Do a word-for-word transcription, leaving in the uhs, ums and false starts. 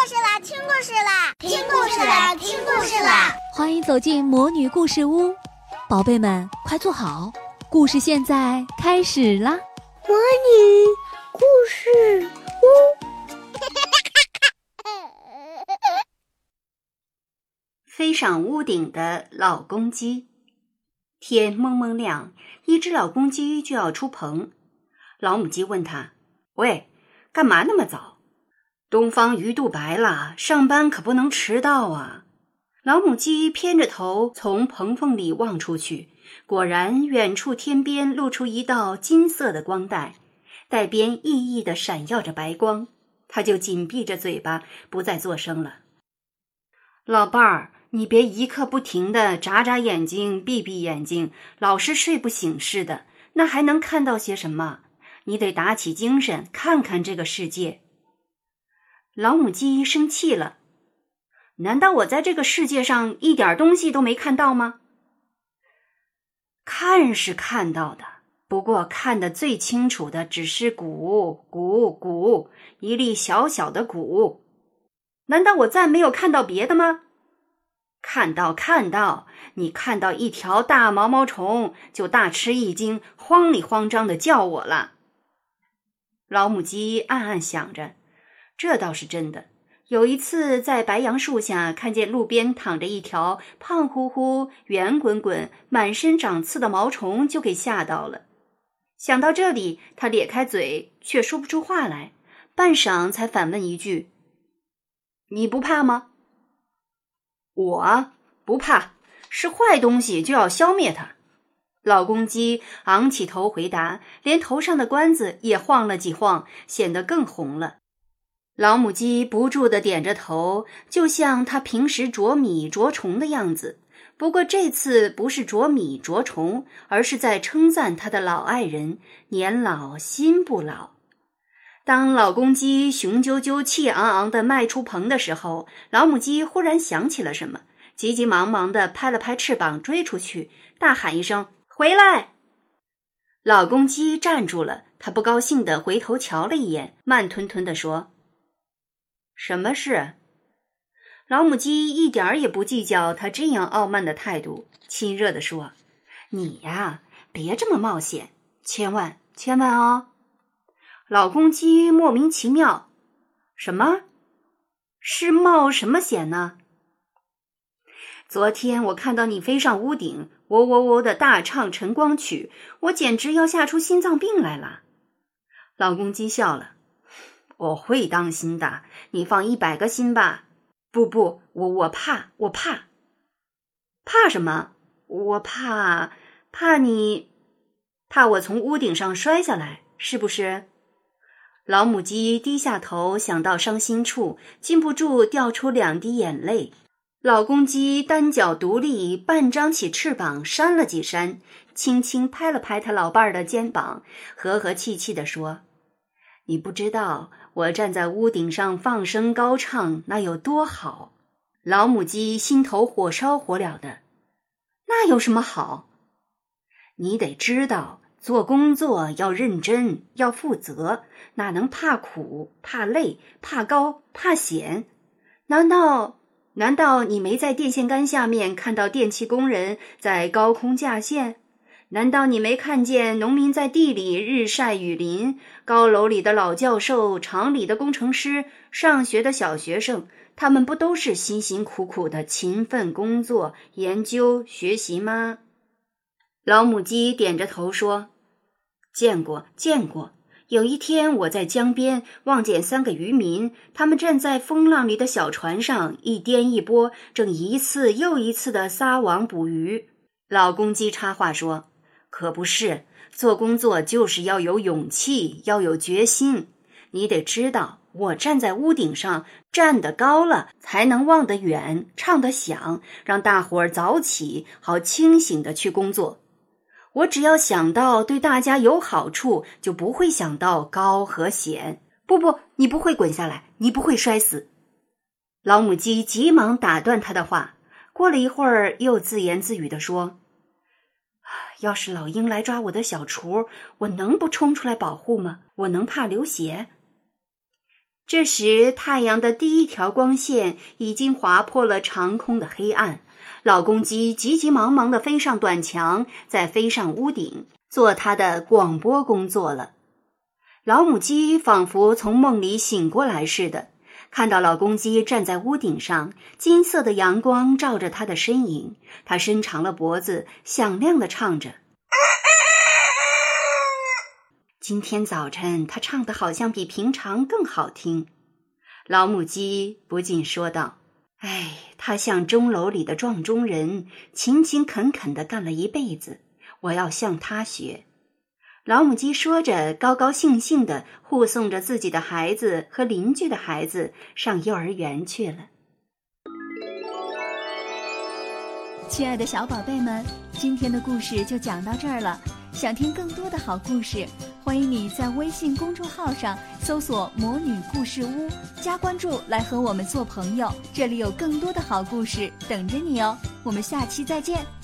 事啦，听故事啦， 听故事啦，听故事啦！ 欢迎走进魔女故事屋，宝贝们快坐好，故事现在开始啦！ 魔女故事屋。 飞上屋顶的老公鸡。天蒙蒙亮，一只老公鸡就要出棚。老母鸡问他：喂，干嘛那么早？东方鱼肚白了，上班可不能迟到啊。老母鸡偏着头从棚缝里望出去，果然远处天边露出一道金色的光带，带边熠熠地闪耀着白光，它就紧闭着嘴巴，不再作声了。老伴儿，你别一刻不停地眨眨眼睛闭闭眼睛，老是睡不醒似的，那还能看到些什么？你得打起精神看看这个世界。老母鸡生气了，难道我在这个世界上一点东西都没看到吗？看是看到的，不过看得最清楚的只是谷谷谷，一粒小小的谷。难道我再没有看到别的吗？看到看到，你看到一条大毛毛虫就大吃一惊，慌里慌张地叫我了。老母鸡暗暗想着，这倒是真的。有一次在白杨树下看见路边躺着一条胖乎乎、圆滚滚、满身长刺的毛虫，就给吓到了。想到这里，他咧开嘴，却说不出话来，半晌才反问一句：你不怕吗？我不怕，是坏东西就要消灭它。老公鸡昂起头回答，连头上的冠子也晃了几晃，显得更红了。老母鸡不住地点着头，就像它平时啄米啄虫的样子，不过这次不是啄米啄虫，而是在称赞它的老爱人年老心不老。当老公鸡雄赳赳气昂昂地迈出棚的时候，老母鸡忽然想起了什么，急急忙忙地拍了拍翅膀追出去，大喊一声：回来！老公鸡站住了，他不高兴地回头瞧了一眼，慢吞吞地说：什么事？老母鸡一点儿也不计较他这样傲慢的态度，亲热地说：你呀，别这么冒险，千万千万哦。老公鸡莫名其妙，什么？是冒什么险呢？昨天我看到你飞上屋顶，喔喔喔的大唱晨光曲，我简直要吓出心脏病来了。老公鸡笑了，我会当心的，你放一百个心吧。不不，我我怕，我怕。怕什么？我怕，怕你，怕我从屋顶上摔下来，是不是？老母鸡低下头，想到伤心处，禁不住掉出两滴眼泪。老公鸡单脚独立，半张起翅膀扇了几扇，轻轻拍了拍他老伴儿的肩膀，和和气气地说：你不知道我站在屋顶上放声高唱那有多好。老母鸡心头火烧火燎的，那有什么好？你得知道，做工作要认真，要负责，哪能怕苦、怕累、怕高、怕险？难道难道你没在电线杆下面看到电气工人在高空架线？难道你没看见农民在地里日晒雨淋，高楼里的老教授，厂里的工程师，上学的小学生，他们不都是辛辛苦苦的勤奋工作、研究、学习吗？老母鸡点着头说：见过见过，有一天我在江边望见三个渔民，他们站在风浪里的小船上，一颠一拨，正一次又一次地撒网捕鱼。老公鸡插话说：可不是，做工作就是要有勇气，要有决心。你得知道，我站在屋顶上，站得高了，才能望得远，唱得响，让大伙儿早起，好清醒地去工作。我只要想到对大家有好处，就不会想到高和险。不不，你不会滚下来，你不会摔死。老母鸡急忙打断他的话，过了一会儿又自言自语地说：要是老鹰来抓我的小雏，我能不冲出来保护吗？我能怕流血？ 这时，太阳的第一条光线已经划破了长空的黑暗。老公鸡急急忙忙地飞上短墙，再飞上屋顶，做它的广播工作了。老母鸡仿佛从梦里醒过来似的，看到老公鸡站在屋顶上，金色的阳光照着它的身影，它伸长了脖子，响亮地唱着。今天早晨，它唱得好像比平常更好听。老母鸡不禁说道：哎，他像钟楼里的撞钟人，勤勤恳恳地干了一辈子，我要向他学。老母鸡说着，高高兴兴地护送着自己的孩子和邻居的孩子上幼儿园去了。 亲爱的小宝贝们，今天的故事就讲到这儿了。想听更多的好故事，欢迎你在微信公众号上搜索魔女故事屋，加关注来和我们做朋友，这里有更多的好故事等着你哦。我们下期再见。